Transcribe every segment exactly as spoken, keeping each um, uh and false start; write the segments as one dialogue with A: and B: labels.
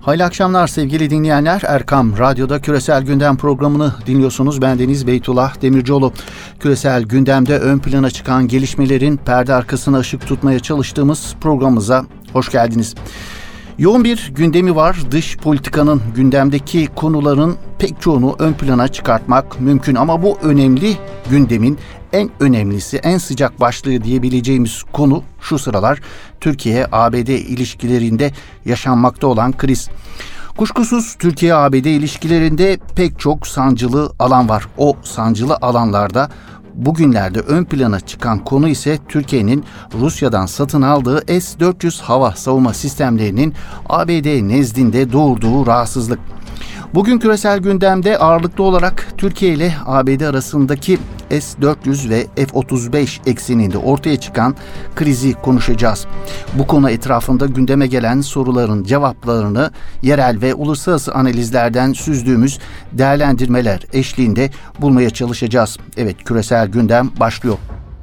A: Hayırlı akşamlar sevgili dinleyenler. Erkam Radyo'da Küresel Gündem programını dinliyorsunuz. Ben Deniz Beytullah Demircioğlu. Küresel gündemde ön plana çıkan gelişmelerin perde arkasına ışık tutmaya çalıştığımız programımıza hoş geldiniz. Yoğun bir gündemi var. Dış politikanın gündemdeki konuların pek çoğunu ön plana çıkartmak mümkün ama bu önemli gündemin en önemlisi, en sıcak başlığı diyebileceğimiz konu şu sıralar Türkiye A B D ilişkilerinde yaşanmakta olan kriz. Kuşkusuz Türkiye A B D ilişkilerinde pek çok sancılı alan var. O sancılı alanlarda bugünlerde ön plana çıkan konu ise Türkiye'nin Rusya'dan satın aldığı S dört yüz hava savunma sistemlerinin A B D nezdinde doğurduğu rahatsızlık. Bugün küresel gündemde ağırlıklı olarak Türkiye ile A B D arasındaki S dört yüz ve F otuz beş ekseninde ortaya çıkan krizi konuşacağız. Bu konu etrafında gündeme gelen soruların cevaplarını yerel ve uluslararası analizlerden süzdüğümüz değerlendirmeler eşliğinde bulmaya çalışacağız. Evet, küresel gündem başlıyor.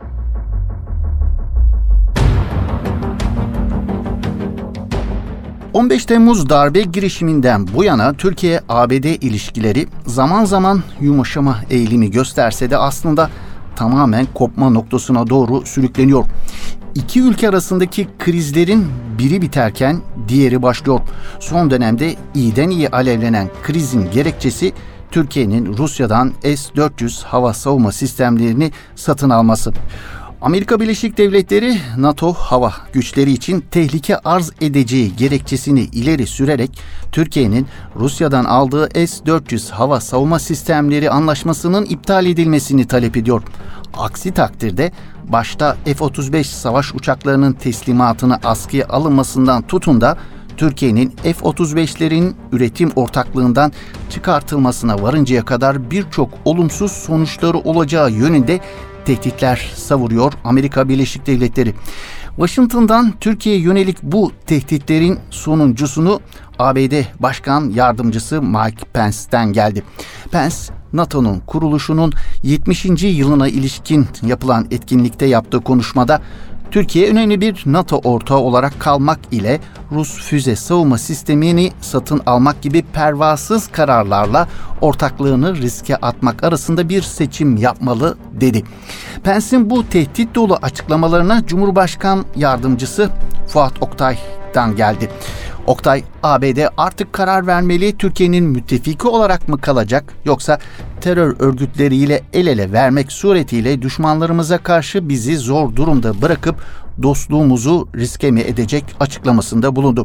A: on beş Temmuz darbe girişiminden bu yana Türkiye-A B D ilişkileri zaman zaman yumuşama eğilimi gösterse de aslında tamamen kopma noktasına doğru sürükleniyor. İki ülke arasındaki krizlerin biri biterken diğeri başlıyor. Son dönemde iyiden iyi alevlenen krizin gerekçesi Türkiye'nin Rusya'dan S dört yüz hava savunma sistemlerini satın alması. Amerika Birleşik Devletleri, NATO hava güçleri için tehlike arz edeceği gerekçesini ileri sürerek Türkiye'nin Rusya'dan aldığı S dört yüz hava savunma sistemleri anlaşmasının iptal edilmesini talep ediyor. Aksi takdirde başta F otuz beş savaş uçaklarının teslimatını askıya alınmasından tutun da Türkiye'nin F otuz beşlerin üretim ortaklığından çıkartılmasına varıncaya kadar birçok olumsuz sonuçları olacağı yönünde tehditler savuruyor Amerika Birleşik Devletleri. Washington'dan Türkiye'ye yönelik bu tehditlerin sonuncusunu A B D Başkan Yardımcısı Mike Pence'ten geldi. Pence, NATO'nun kuruluşunun yetmişinci yılına ilişkin yapılan etkinlikte yaptığı konuşmada Türkiye önemli bir NATO ortağı olarak kalmak ile Rus füze savunma sistemini satın almak gibi pervasız kararlarla ortaklığını riske atmak arasında bir seçim yapmalı dedi. Pence'in bu tehdit dolu açıklamalarına Cumhurbaşkan Yardımcısı Fuat Oktay'dan geldi. Oktay, A B D artık karar vermeli, Türkiye'nin müttefiki olarak mı kalacak yoksa terör örgütleriyle el ele vermek suretiyle düşmanlarımıza karşı bizi zor durumda bırakıp dostluğumuzu riske mi edecek açıklamasında bulundu.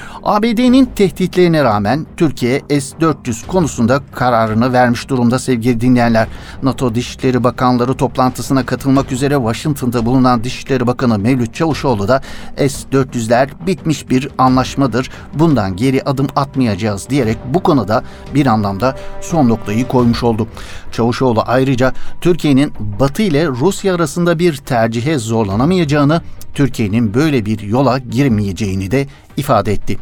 A: A B D'nin tehditlerine rağmen Türkiye S dört yüz konusunda kararını vermiş durumda sevgili dinleyenler. NATO Dışişleri Bakanları toplantısına katılmak üzere Washington'da bulunan Dışişleri Bakanı Mevlüt Çavuşoğlu da S dört yüzler bitmiş bir anlaşmadır, bundan geri adım atmayacağız diyerek bu konuda bir anlamda son noktayı koymuş oldu. Çavuşoğlu ayrıca Türkiye'nin Batı ile Rusya arasında bir tercihe zorlanamayacağını, Türkiye'nin böyle bir yola girmeyeceğini de ifade etti.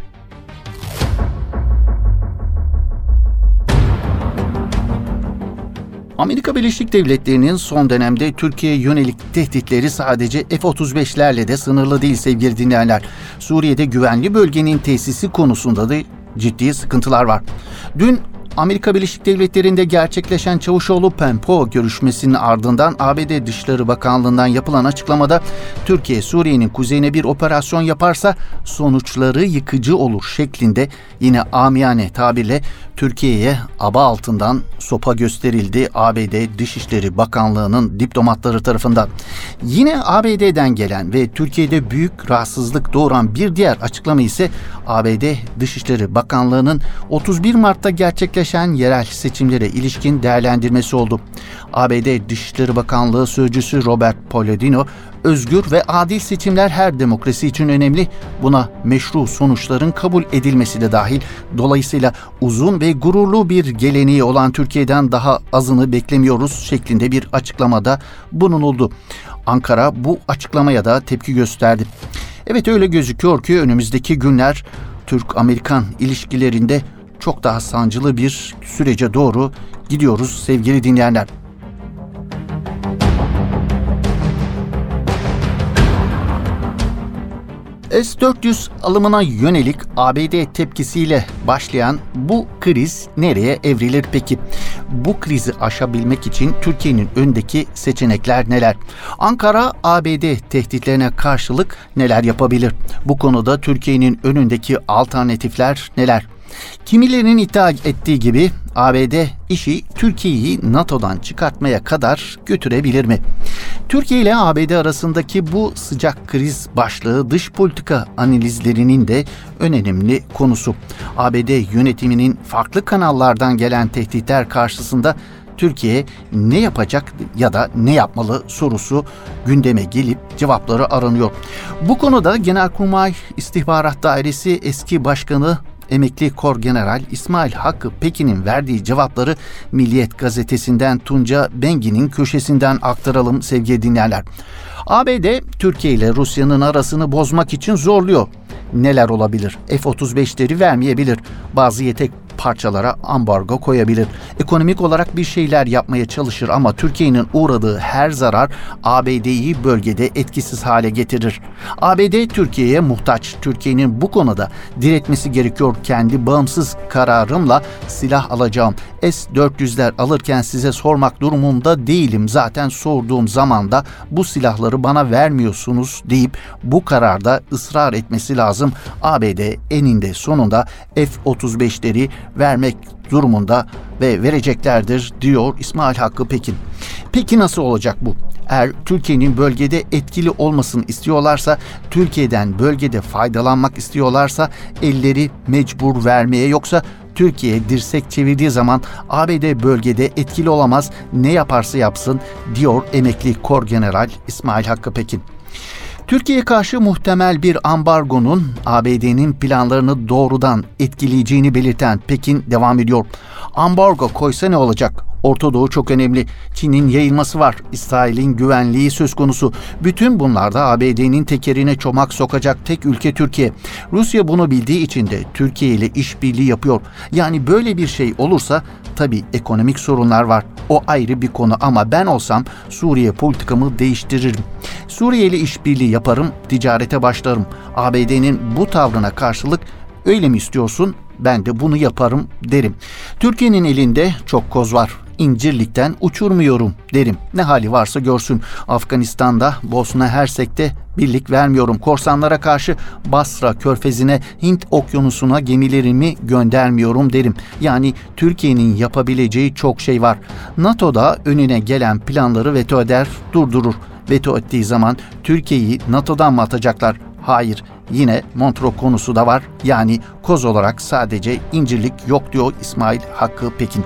A: Amerika Birleşik Devletleri'nin son dönemde Türkiye'ye yönelik tehditleri sadece F otuz beşlerle de sınırlı değil sevgili dinleyenler. Suriye'de güvenli bölgenin tesisi konusunda da ciddi sıkıntılar var. Dün Amerika Birleşik Devletleri'nde gerçekleşen Çavuşoğlu-Pompeo görüşmesinin ardından A B D Dışişleri Bakanlığı'ndan yapılan açıklamada Türkiye Suriye'nin kuzeyine bir operasyon yaparsa sonuçları yıkıcı olur şeklinde yine amiyane tabirle Türkiye'ye aba altından sopa gösterildi A B D Dışişleri Bakanlığı'nın diplomatları tarafından. Yine A B D'den gelen ve Türkiye'de büyük rahatsızlık doğuran bir diğer açıklama ise A B D Dışişleri Bakanlığı'nın otuz bir Mart'ta gerçekleşen yerel seçimlere ilişkin değerlendirmesi oldu. A B D Dışişleri Bakanlığı Sözcüsü Robert Palladino, özgür ve adil seçimler her demokrasi için önemli. Buna meşru sonuçların kabul edilmesi de dahil. Dolayısıyla uzun ve gururlu bir geleneği olan Türkiye'den daha azını beklemiyoruz şeklinde bir açıklamada bulunuldu. Ankara bu açıklamaya da tepki gösterdi. Evet, öyle gözüküyor ki önümüzdeki günler Türk-Amerikan ilişkilerinde çok daha sancılı bir sürece doğru gidiyoruz sevgili dinleyenler. S dört yüz alımına yönelik A B D tepkisiyle başlayan bu kriz nereye evrilir peki? Bu krizi aşabilmek için Türkiye'nin önündeki seçenekler neler? Ankara, A B D tehditlerine karşılık neler yapabilir? Bu konuda Türkiye'nin önündeki alternatifler neler? Kimilerinin iddia ettiği gibi A B D işi Türkiye'yi NATO'dan çıkartmaya kadar götürebilir mi? Türkiye ile A B D arasındaki bu sıcak kriz başlığı dış politika analizlerinin de önemli konusu. A B D yönetiminin farklı kanallardan gelen tehditler karşısında Türkiye ne yapacak ya da ne yapmalı sorusu gündeme gelip cevapları aranıyor. Bu konuda Genelkurmay İstihbarat Dairesi eski başkanı Emekli Korgeneral İsmail Hakkı Pekin'in verdiği cevapları Milliyet Gazetesi'nden Tunca Bengi'nin köşesinden aktaralım sevgili dinleyenler. A B D, Türkiye ile Rusya'nın arasını bozmak için zorluyor. Neler olabilir? F otuz beşleri vermeyebilir. Bazı yetek parçalara ambargo koyabilir. Ekonomik olarak bir şeyler yapmaya çalışır ama Türkiye'nin uğradığı her zarar A B D'yi bölgede etkisiz hale getirir. A B D Türkiye'ye muhtaç. Türkiye'nin bu konuda diretmesi gerekiyor. Kendi bağımsız kararımla silah alacağım. S dört yüzler alırken size sormak durumunda değilim. Zaten sorduğum zaman da bu silahları bana vermiyorsunuz deyip bu kararda ısrar etmesi lazım. A B D eninde sonunda F otuz beşleri vermek durumunda ve vereceklerdir diyor İsmail Hakkı Pekin. Peki nasıl olacak bu? Eğer Türkiye'nin bölgede etkili olmasını istiyorlarsa, Türkiye'den bölgede faydalanmak istiyorlarsa elleri mecbur vermeye, yoksa Türkiye dirsek çevirdiği zaman A B D bölgede etkili olamaz, ne yaparsa yapsın diyor emekli Korgeneral İsmail Hakkı Pekin. Türkiye'ye karşı muhtemel bir ambargonun A B D'nin planlarını doğrudan etkileyeceğini belirten Pekin devam ediyor. Ambargo koysa ne olacak? Orta Doğu çok önemli. Çin'in yayılması var. İsrail'in güvenliği söz konusu. Bütün bunlarda A B D'nin tekerine çomak sokacak tek ülke Türkiye. Rusya bunu bildiği için de Türkiye ile işbirliği yapıyor. Yani böyle bir şey olursa tabii ekonomik sorunlar var. O ayrı bir konu ama ben olsam Suriye politikamı değiştiririm. Suriye ile işbirliği yaparım, ticarete başlarım. A B D'nin bu tavrına karşılık öyle mi istiyorsun? Ben de bunu yaparım derim. Türkiye'nin elinde çok koz var. İncirlikten uçurmuyorum derim. Ne hali varsa görsün. Afganistan'da, Bosna Hersek'te birlik vermiyorum. Korsanlara karşı Basra Körfezi'ne, Hint Okyanusu'na gemilerimi göndermiyorum derim. Yani Türkiye'nin yapabileceği çok şey var. NATO'da önüne gelen planları veto eder, durdurur. Veto ettiği zaman Türkiye'yi NATO'dan mı atacaklar? Hayır. Yine Montreux konusu da var. Yani koz olarak sadece incirlik yok diyor İsmail Hakkı Pekin.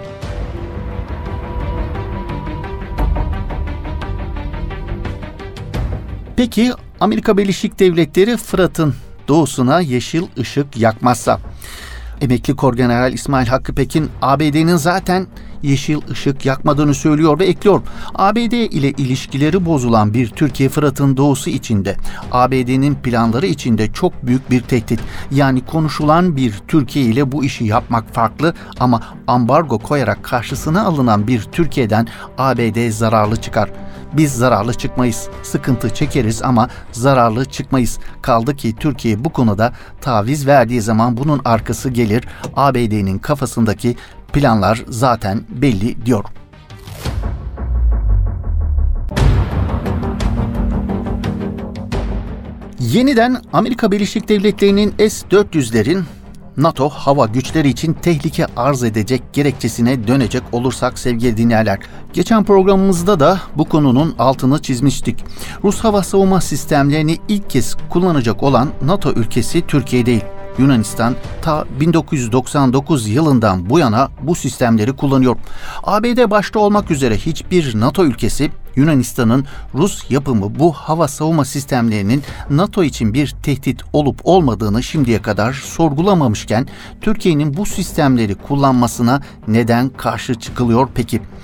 A: Peki Amerika Birleşik Devletleri Fırat'ın doğusuna yeşil ışık yakmazsa? Emekli Korgeneral İsmail Hakkı Pekin A B D'nin zaten yeşil ışık yakmadığını söylüyor ve ekliyor. A B D ile ilişkileri bozulan bir Türkiye Fırat'ın doğusu içinde, A B D'nin planları içinde çok büyük bir tehdit. Yani konuşulan bir Türkiye ile bu işi yapmak farklı ama ambargo koyarak karşısına alınan bir Türkiye'den A B D zararlı çıkar. Biz zararlı çıkmayız. Sıkıntı çekeriz ama zararlı çıkmayız. Kaldı ki Türkiye bu konuda taviz verdiği zaman bunun arkası gelir. A B D'nin kafasındaki planlar zaten belli diyor. Yeniden Amerika Birleşik Devletleri'nin S dört yüzlerin NATO hava güçleri için tehlike arz edecek gerekçesine dönecek olursak sevgili dinleyenler, geçen programımızda da bu konunun altını çizmiştik. Rus hava savunma sistemlerini ilk kez kullanacak olan NATO ülkesi Türkiye değil. Yunanistan ta bin dokuz yüz doksan dokuz yılından bu yana bu sistemleri kullanıyor. A B D başta olmak üzere hiçbir NATO ülkesi Yunanistan'ın Rus yapımı bu hava savunma sistemlerinin NATO için bir tehdit olup olmadığını şimdiye kadar sorgulamamışken Türkiye'nin bu sistemleri kullanmasına neden karşı çıkılıyor peki?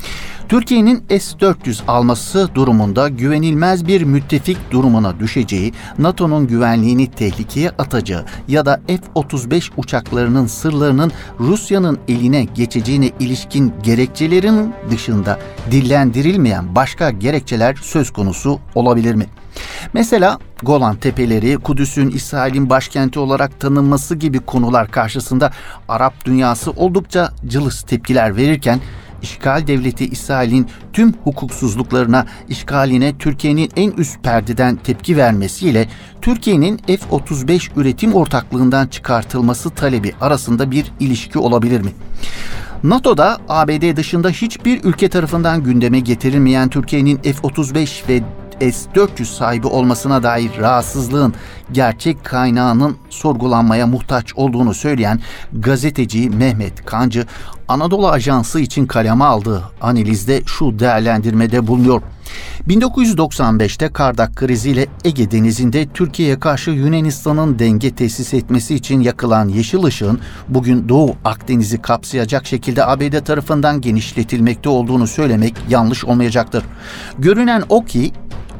A: Türkiye'nin S dört yüz alması durumunda güvenilmez bir müttefik durumuna düşeceği, NATO'nun güvenliğini tehlikeye atacağı ya da F otuz beş uçaklarının sırlarının Rusya'nın eline geçeceğine ilişkin gerekçelerin dışında dillendirilmeyen başka gerekçeler söz konusu olabilir mi? Mesela Golan Tepeleri, Kudüs'ün İsrail'in başkenti olarak tanınması gibi konular karşısında Arap dünyası oldukça cılız tepkiler verirken, İşgal devleti İsrail'in tüm hukuksuzluklarına, işgaline Türkiye'nin en üst perdeden tepki vermesiyle Türkiye'nin F otuz beş üretim ortaklığından çıkartılması talebi arasında bir ilişki olabilir mi? NATO'da A B D dışında hiçbir ülke tarafından gündeme getirilmeyen Türkiye'nin F otuz beş ve S dört yüz sahibi olmasına dair rahatsızlığın gerçek kaynağının sorgulanmaya muhtaç olduğunu söyleyen gazeteci Mehmet Kancı, Anadolu Ajansı için kaleme aldığı analizde şu değerlendirmede bulunuyor. bin dokuz yüz doksan beşte Kardak kriziyle Ege Denizi'nde Türkiye'ye karşı Yunanistan'ın denge tesis etmesi için yakılan yeşil ışığın bugün Doğu Akdeniz'i kapsayacak şekilde A B D tarafından genişletilmekte olduğunu söylemek yanlış olmayacaktır. Görünen o ki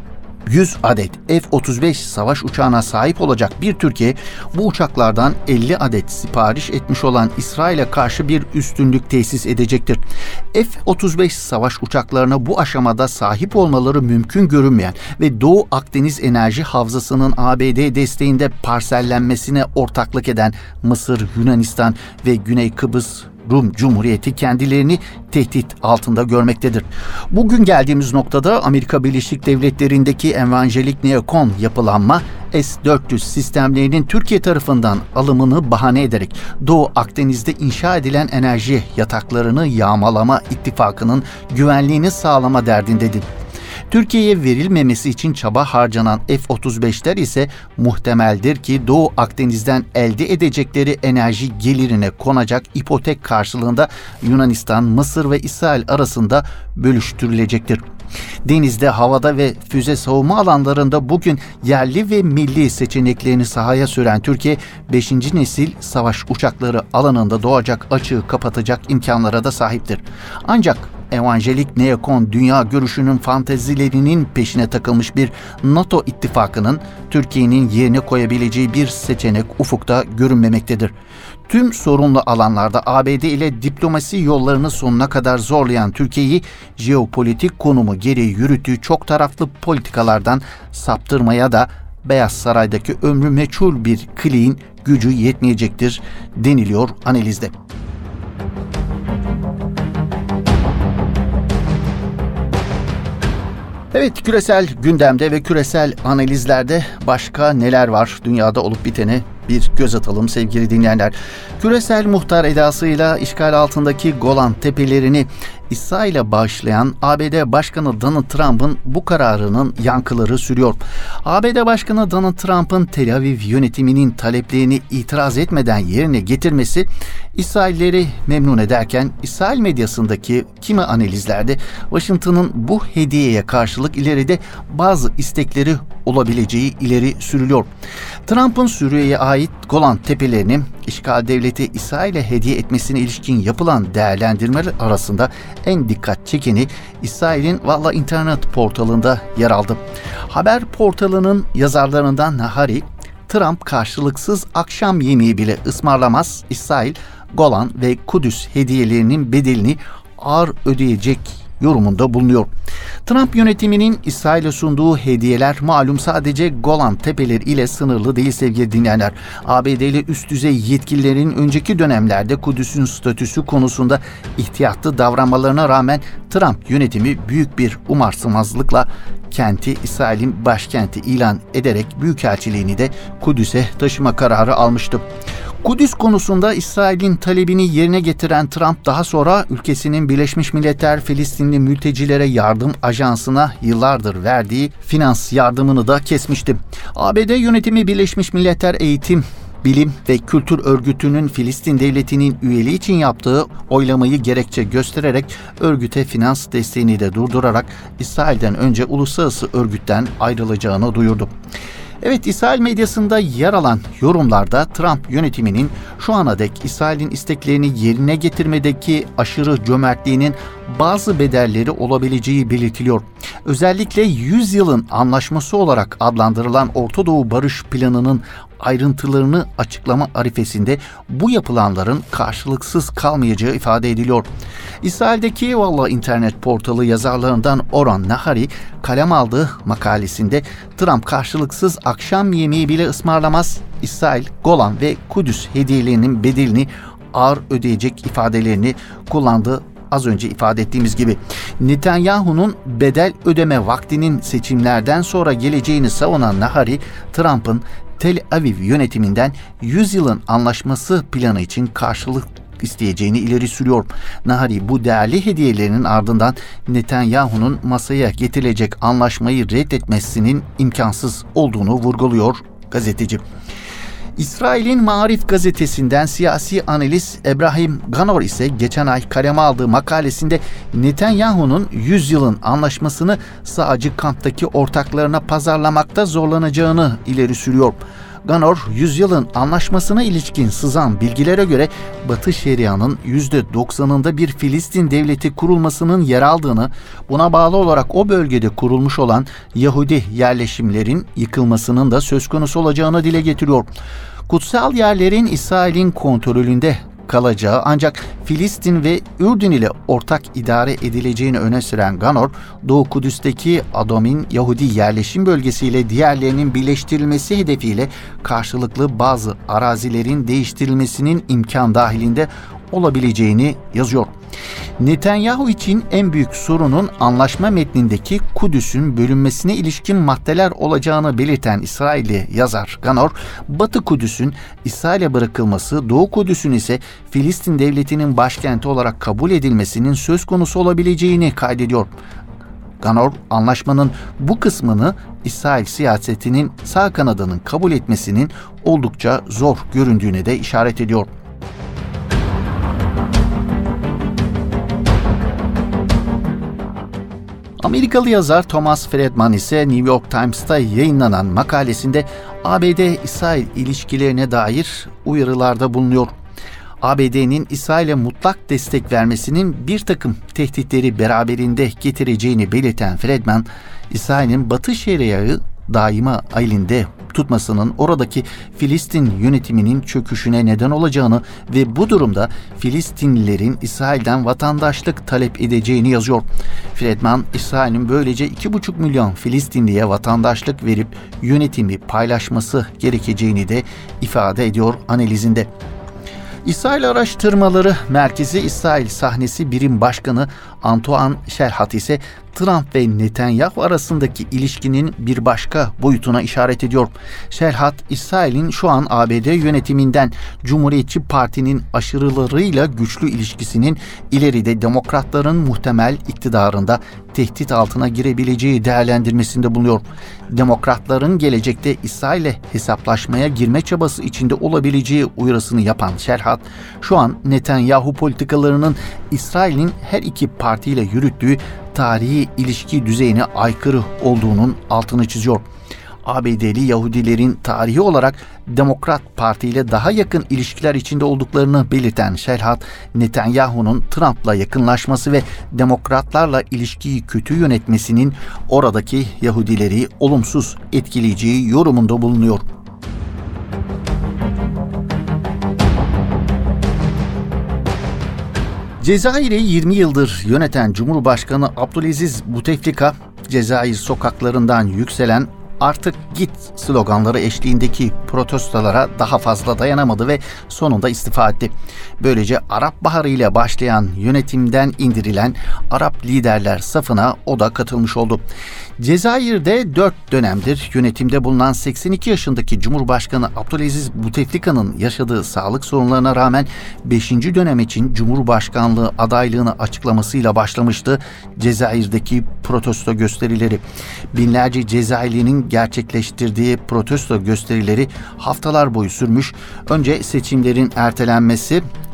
A: yüz adet F otuz beş savaş uçağına sahip olacak bir Türkiye, bu uçaklardan elli adet sipariş etmiş olan İsrail'e karşı bir üstünlük tesis edecektir. F otuz beş savaş uçaklarına bu aşamada sahip olmaları mümkün görünmeyen ve Doğu Akdeniz enerji havzasının A B D desteğinde parsellenmesine ortaklık eden Mısır, Yunanistan ve Güney Kıbrıs Rum Cumhuriyeti kendilerini tehdit altında görmektedir. Bugün geldiğimiz noktada Amerika Birleşik Devletleri'ndeki evangelik neokon yapılanma, S dört yüz sistemlerinin Türkiye tarafından alımını bahane ederek Doğu Akdeniz'de inşa edilen enerji yataklarını yağmalama ittifakının güvenliğini sağlama derdindedir. Türkiye'ye verilmemesi için çaba harcanan F otuz beşler ise muhtemeldir ki Doğu Akdeniz'den elde edecekleri enerji gelirine konacak ipotek karşılığında Yunanistan, Mısır ve İsrail arasında bölüştürülecektir. Denizde, havada ve füze savunma alanlarında bugün yerli ve milli seçeneklerini sahaya süren Türkiye, beşinci nesil savaş uçakları alanında doğacak açığı kapatacak imkanlara da sahiptir. Ancak evangelik neokon dünya görüşünün fantezilerinin peşine takılmış bir NATO ittifakının Türkiye'nin yerine koyabileceği bir seçenek ufukta görünmemektedir. Tüm sorunlu alanlarda A B D ile diplomasi yollarını sonuna kadar zorlayan Türkiye'yi jeopolitik konumu gereği yürüttüğü çok taraflı politikalardan saptırmaya da Beyaz Saray'daki ömrü meçhul bir kliğin gücü yetmeyecektir deniliyor analizde. Evet, küresel gündemde ve küresel analizlerde başka neler var? Dünyada olup bitene bir göz atalım sevgili dinleyenler. Küresel muhtar edasıyla işgal altındaki Golan Tepelerini İsrail'e bağışlayan A B D Başkanı Donald Trump'ın bu kararının yankıları sürüyor. A B D Başkanı Donald Trump'ın Tel Aviv yönetiminin taleplerini itiraz etmeden yerine getirmesi İsrailleri memnun ederken İsrail medyasındaki kimi analizlerde Washington'ın bu hediyeye karşılık ileride bazı istekleri olabileceği ileri sürülüyor. Trump'ın Suriye'ye ait Golan Tepelerini işgal devleti İsrail'e hediye etmesine ilişkin yapılan değerlendirmeler arasında en dikkat çekeni İsrail'in Valla internet portalında yer aldı. Haber portalının yazarlarından Nahari, Trump karşılıksız akşam yemeği bile ısmarlamaz, İsrail, Golan ve Kudüs hediyelerinin bedelini ağır ödeyecek yorumunda bulunuyor. Trump yönetiminin İsrail'e sunduğu hediyeler malum sadece Golan Tepeleri ile sınırlı değil sevgili dinleyenler. A B D'li üst düzey yetkililerin önceki dönemlerde Kudüs'ün statüsü konusunda ihtiyatlı davranmalarına rağmen Trump yönetimi büyük bir umarsızlıkla kenti İsrail'in başkenti ilan ederek büyükelçiliğini de Kudüs'e taşıma kararı almıştı. Kudüs konusunda İsrail'in talebini yerine getiren Trump daha sonra ülkesinin Birleşmiş Milletler Filistinli Mültecilere Yardım Ajansı'na yıllardır verdiği finans yardımını da kesmişti. A B D yönetimi Birleşmiş Milletler Eğitim, Bilim ve Kültür Örgütü'nün Filistin Devleti'nin üyeliği için yaptığı oylamayı gerekçe göstererek örgüte finans desteğini de durdurarak İsrail'den önce uluslararası örgütten ayrılacağını duyurdu. Evet, İsrail medyasında yer alan yorumlarda Trump yönetiminin şu ana dek İsrail'in isteklerini yerine getirmedeki aşırı cömertliğinin bazı bedelleri olabileceği belirtiliyor. Özellikle yüz yılın anlaşması olarak adlandırılan Orta Doğu Barış Planı'nın ayrıntılarını açıklama arifesinde bu yapılanların karşılıksız kalmayacağı ifade ediliyor. İsrail'deki Valla internet portalı yazarlarından Oran Nahari kalem aldığı makalesinde Trump karşılıksız akşam yemeği bile ısmarlamaz, İsrail, Golan ve Kudüs hediyelerinin bedelini ağır ödeyecek ifadelerini kullandı. Az önce ifade ettiğimiz gibi Netanyahu'nun bedel ödeme vaktinin seçimlerden sonra geleceğini savunan Nahari, Trump'ın Tel Aviv yönetiminden yüz yılın anlaşması planı için karşılık isteyeceğini ileri sürüyor. Nahari bu değerli hediyelerinin ardından Netanyahu'nun masaya getirilecek anlaşmayı reddetmesinin imkansız olduğunu vurguluyor gazeteci. İsrail'in Maarif gazetesinden siyasi analist Ebrahim Ganor ise geçen ay kaleme aldığı makalesinde Netanyahu'nun yüz yılın anlaşmasını sağcı kamptaki ortaklarına pazarlamakta zorlanacağını ileri sürüyor. Ganor, yüzyılın anlaşmasına ilişkin sızan bilgilere göre Batı Şeria'nın yüzde doksanında bir Filistin devleti kurulmasının yer aldığını, buna bağlı olarak o bölgede kurulmuş olan Yahudi yerleşimlerin yıkılmasının da söz konusu olacağını dile getiriyor. Kutsal yerlerin İsrail'in kontrolünde kalacağı ancak Filistin ve Ürdün ile ortak idare edileceğini öne süren Ganor, Doğu Kudüs'teki Adam'in Yahudi yerleşim bölgesiyle diğerlerinin birleştirilmesi hedefiyle karşılıklı bazı arazilerin değiştirilmesinin imkan dahilinde olabileceğini yazıyor. Netanyahu için en büyük sorunun anlaşma metnindeki Kudüs'ün bölünmesine ilişkin maddeler olacağını belirten İsrailli yazar Ganor, Batı Kudüs'ün İsrail'e bırakılması, Doğu Kudüs'ün ise Filistin devletinin başkenti olarak kabul edilmesinin söz konusu olabileceğini kaydediyor. Ganor, anlaşmanın bu kısmını İsrail siyasetinin sağ kanadının kabul etmesinin oldukça zor göründüğüne de işaret ediyor. Amerikalı yazar Thomas Friedman ise New York Times'ta yayınlanan makalesinde A B D-İsrail ilişkilerine dair uyarılarda bulunuyor. A B D'nin İsrail'e mutlak destek vermesinin bir takım tehditleri beraberinde getireceğini belirten Friedman, İsrail'in Batı Şeria'yı daima elinde tutmasının oradaki Filistin yönetiminin çöküşüne neden olacağını ve bu durumda Filistinlilerin İsrail'den vatandaşlık talep edeceğini yazıyor. Friedman, İsrail'in böylece iki buçuk milyon Filistinliye vatandaşlık verip yönetimi paylaşması gerekeceğini de ifade ediyor analizinde. İsrail Araştırmaları Merkezi İsrail Sahnesi Birim Başkanı Antoine Sherhat ise Trump ve Netanyahu arasındaki ilişkinin bir başka boyutuna işaret ediyor. Sherhat, İsrail'in şu an A B D yönetiminden Cumhuriyetçi Parti'nin aşırılarıyla güçlü ilişkisinin ileride demokratların muhtemel iktidarında tehdit altına girebileceği değerlendirmesinde bulunuyor. Demokratların gelecekte İsrail'le hesaplaşmaya girme çabası içinde olabileceği uyarısını yapan Sherhat, şu an Netanyahu politikalarının İsrail'in her iki partiyle yürüttüğü tarihi ilişki düzeyine aykırı olduğunun altını çiziyor. A B D'li Yahudilerin tarihi olarak Demokrat Parti ile daha yakın ilişkiler içinde olduklarını belirten Sherhat, Netanyahu'nun Trump'la yakınlaşması ve Demokratlarla ilişkiyi kötü yönetmesinin oradaki Yahudileri olumsuz etkileyeceği yorumunda bulunuyor. Cezayir'i yirmi yıldır yöneten Cumhurbaşkanı Abdülaziz Bouteflika, Cezayir sokaklarından yükselen "Artık git" sloganları eşliğindeki protestolara daha fazla dayanamadı ve sonunda istifa etti. Böylece Arap Baharı ile başlayan yönetimden indirilen Arap liderler safına o da katılmış oldu. Cezayir'de dört dönemdir yönetimde bulunan seksen iki yaşındaki Cumhurbaşkanı Abdülaziz Bouteflika'nın yaşadığı sağlık sorunlarına rağmen beşinci dönem için Cumhurbaşkanlığı adaylığını açıklamasıyla başlamıştı Cezayir'deki protesto gösterileri. Binlerce Cezayirli'nin gerçekleştirdiği protesto gösterileri haftalar boyu sürmüş. Önce seçimlerin ertelenmesi,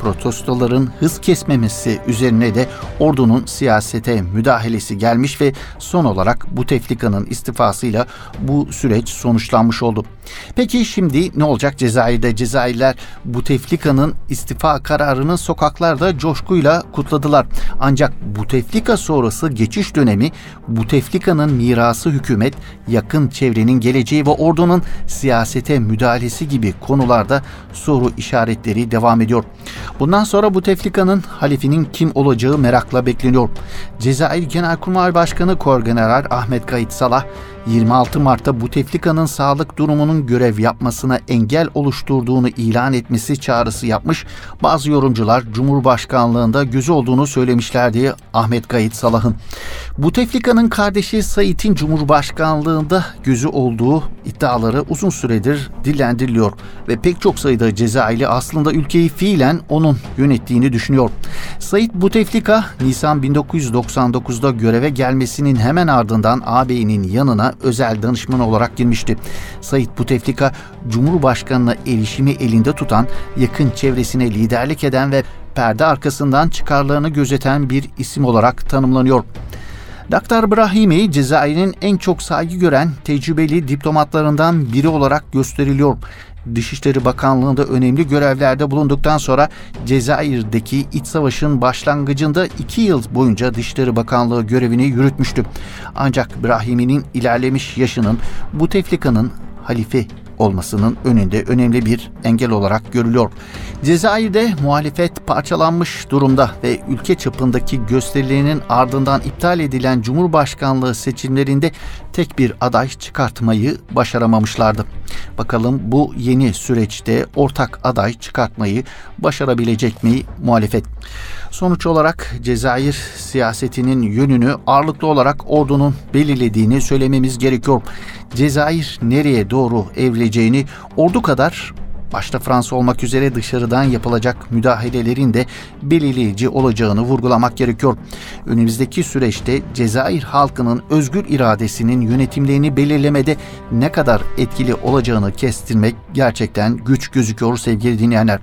A: protestoların hız kesmemesi üzerine de ordunun siyasete müdahalesi gelmiş ve son olarak Bouteflika'nın istifasıyla bu süreç sonuçlanmış oldu. Peki şimdi ne olacak Cezayir'de? Cezayirliler Bouteflika'nın istifa kararını sokaklarda coşkuyla kutladılar. Ancak Bouteflika sonrası geçiş dönemi, Bouteflika'nın mirası hükümet, yakın çevrenin geleceği ve ordunun siyasete müdahalesi gibi konularda soru işaretleri devam ediyor. Bundan sonra Bouteflika'nın halifinin kim olacağı merakla bekleniyor. Cezayir Genelkurmay Başkanı Korgeneral Ahmet Gait Salah, yirmi altı Mart'ta Bouteflika'nın sağlık durumunun görev yapmasına engel oluşturduğunu ilan etmesi çağrısı yapmış. Bazı yorumcular Cumhurbaşkanlığında gözü olduğunu söylemişlerdi Ahmet Gait Salah'ın. Bouteflika'nın kardeşi Said'in Cumhurbaşkanlığında gözü olduğu iddiaları uzun süredir dillendiriliyor ve pek çok sayıda Cezayirli aslında ülkeyi fiilen onun yönettiğini düşünüyor. Said Bouteflika, Nisan bin dokuz yüz doksan dokuzda göreve gelmesinin hemen ardından ağabeyinin yanına özel danışman olarak girmişti. Said Bouteflika, Cumhurbaşkanına erişimi elinde tutan, yakın çevresine liderlik eden ve perde arkasından çıkarlarını gözeten bir isim olarak tanımlanıyor. Lakhdar Brahimi, Cezayir'in en çok saygı gören tecrübeli diplomatlarından biri olarak gösteriliyor. Dışişleri Bakanlığı'nda önemli görevlerde bulunduktan sonra Cezayir'deki iç savaşın başlangıcında iki yıl boyunca Dışişleri Bakanlığı görevini yürütmüştü. Ancak Brahimi'nin ilerlemiş yaşının Bouteflika'nın halife olmasının önünde önemli bir engel olarak görülüyor. Cezayir'de muhalefet parçalanmış durumda ve ülke çapındaki gösterilerinin ardından iptal edilen Cumhurbaşkanlığı seçimlerinde tek bir aday çıkartmayı başaramamışlardı. Bakalım bu yeni süreçte ortak aday çıkartmayı başarabilecek mi muhalefet? Sonuç olarak Cezayir siyasetinin yönünü ağırlıklı olarak ordunun belirlediğini söylememiz gerekiyor. Cezayir nereye doğru evrileceğini ordu kadar, başta Fransa olmak üzere dışarıdan yapılacak müdahalelerin de belirleyici olacağını vurgulamak gerekiyor. Önümüzdeki süreçte Cezayir halkının özgür iradesinin yönetimlerini belirlemede ne kadar etkili olacağını kestirmek gerçekten güç gözüküyor sevgili dinleyenler.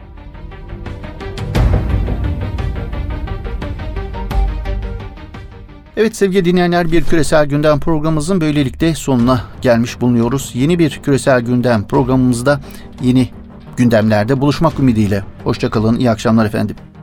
A: Evet sevgili dinleyenler, bir Küresel Gündem programımızın böylelikle sonuna gelmiş bulunuyoruz. Yeni bir Küresel Gündem programımızda yeni gündemlerde buluşmak ümidiyle. Hoşça kalın, iyi akşamlar efendim.